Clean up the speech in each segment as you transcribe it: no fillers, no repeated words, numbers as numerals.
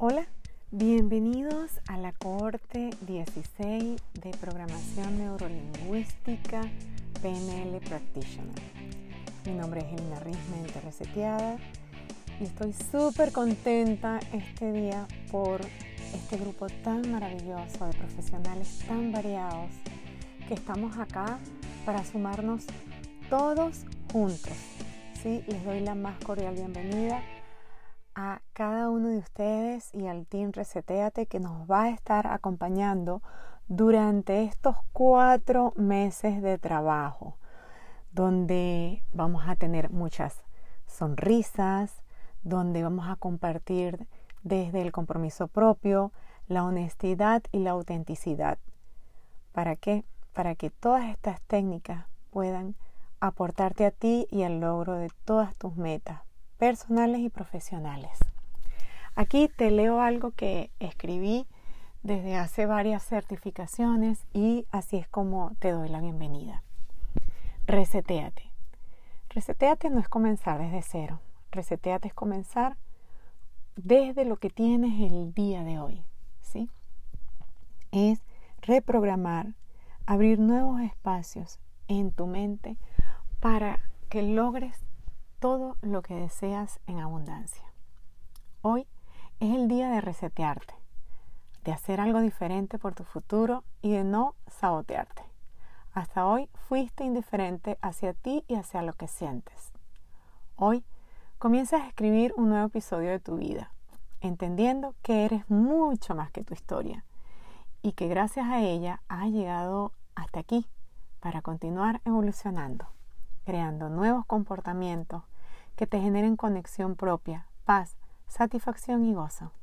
Hola, bienvenidos a la cohorte 16 de Programación Neurolingüística PNL Practitioner. Mi nombre es Elina Rismente Reseteada y estoy súper contenta este día por este grupo tan maravilloso de profesionales tan variados que estamos acá para sumarnos todos juntos. ¿Sí? Les doy la más cordial bienvenida a cada uno de ustedes y al Team Resetéate que nos va a estar acompañando durante estos 4 meses de trabajo, donde vamos a tener muchas sonrisas, donde vamos a compartir desde el compromiso propio, la honestidad y la autenticidad. ¿Para qué? Para que todas estas técnicas puedan aportarte a ti y al logro de todas tus metas personales y profesionales. Aquí te leo algo que escribí desde hace varias certificaciones y así es como te doy la bienvenida. Resetéate. Resetéate no es comenzar desde cero. Resetéate es comenzar desde lo que tienes el día de hoy, ¿sí? Es reprogramar, abrir nuevos espacios en tu mente para que logres todo lo que deseas en abundancia. Hoy es el día de resetearte, de hacer algo diferente por tu futuro y de no sabotearte. Hasta hoy fuiste indiferente hacia ti y hacia lo que sientes. Hoy comienzas a escribir un nuevo episodio de tu vida, entendiendo que eres mucho más que tu historia y que gracias a ella has llegado hasta aquí para continuar evolucionando, creando nuevos comportamientos que te generen conexión propia, paz, satisfacción y gozo.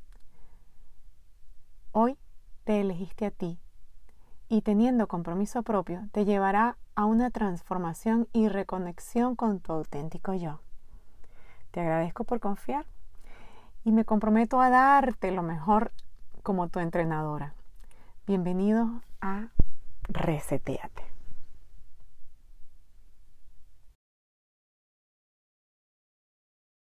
Hoy te elegiste a ti y teniendo compromiso propio te llevará a una transformación y reconexión con tu auténtico yo. Te agradezco por confiar y me comprometo a darte lo mejor como tu entrenadora. Bienvenidos a Resetéate.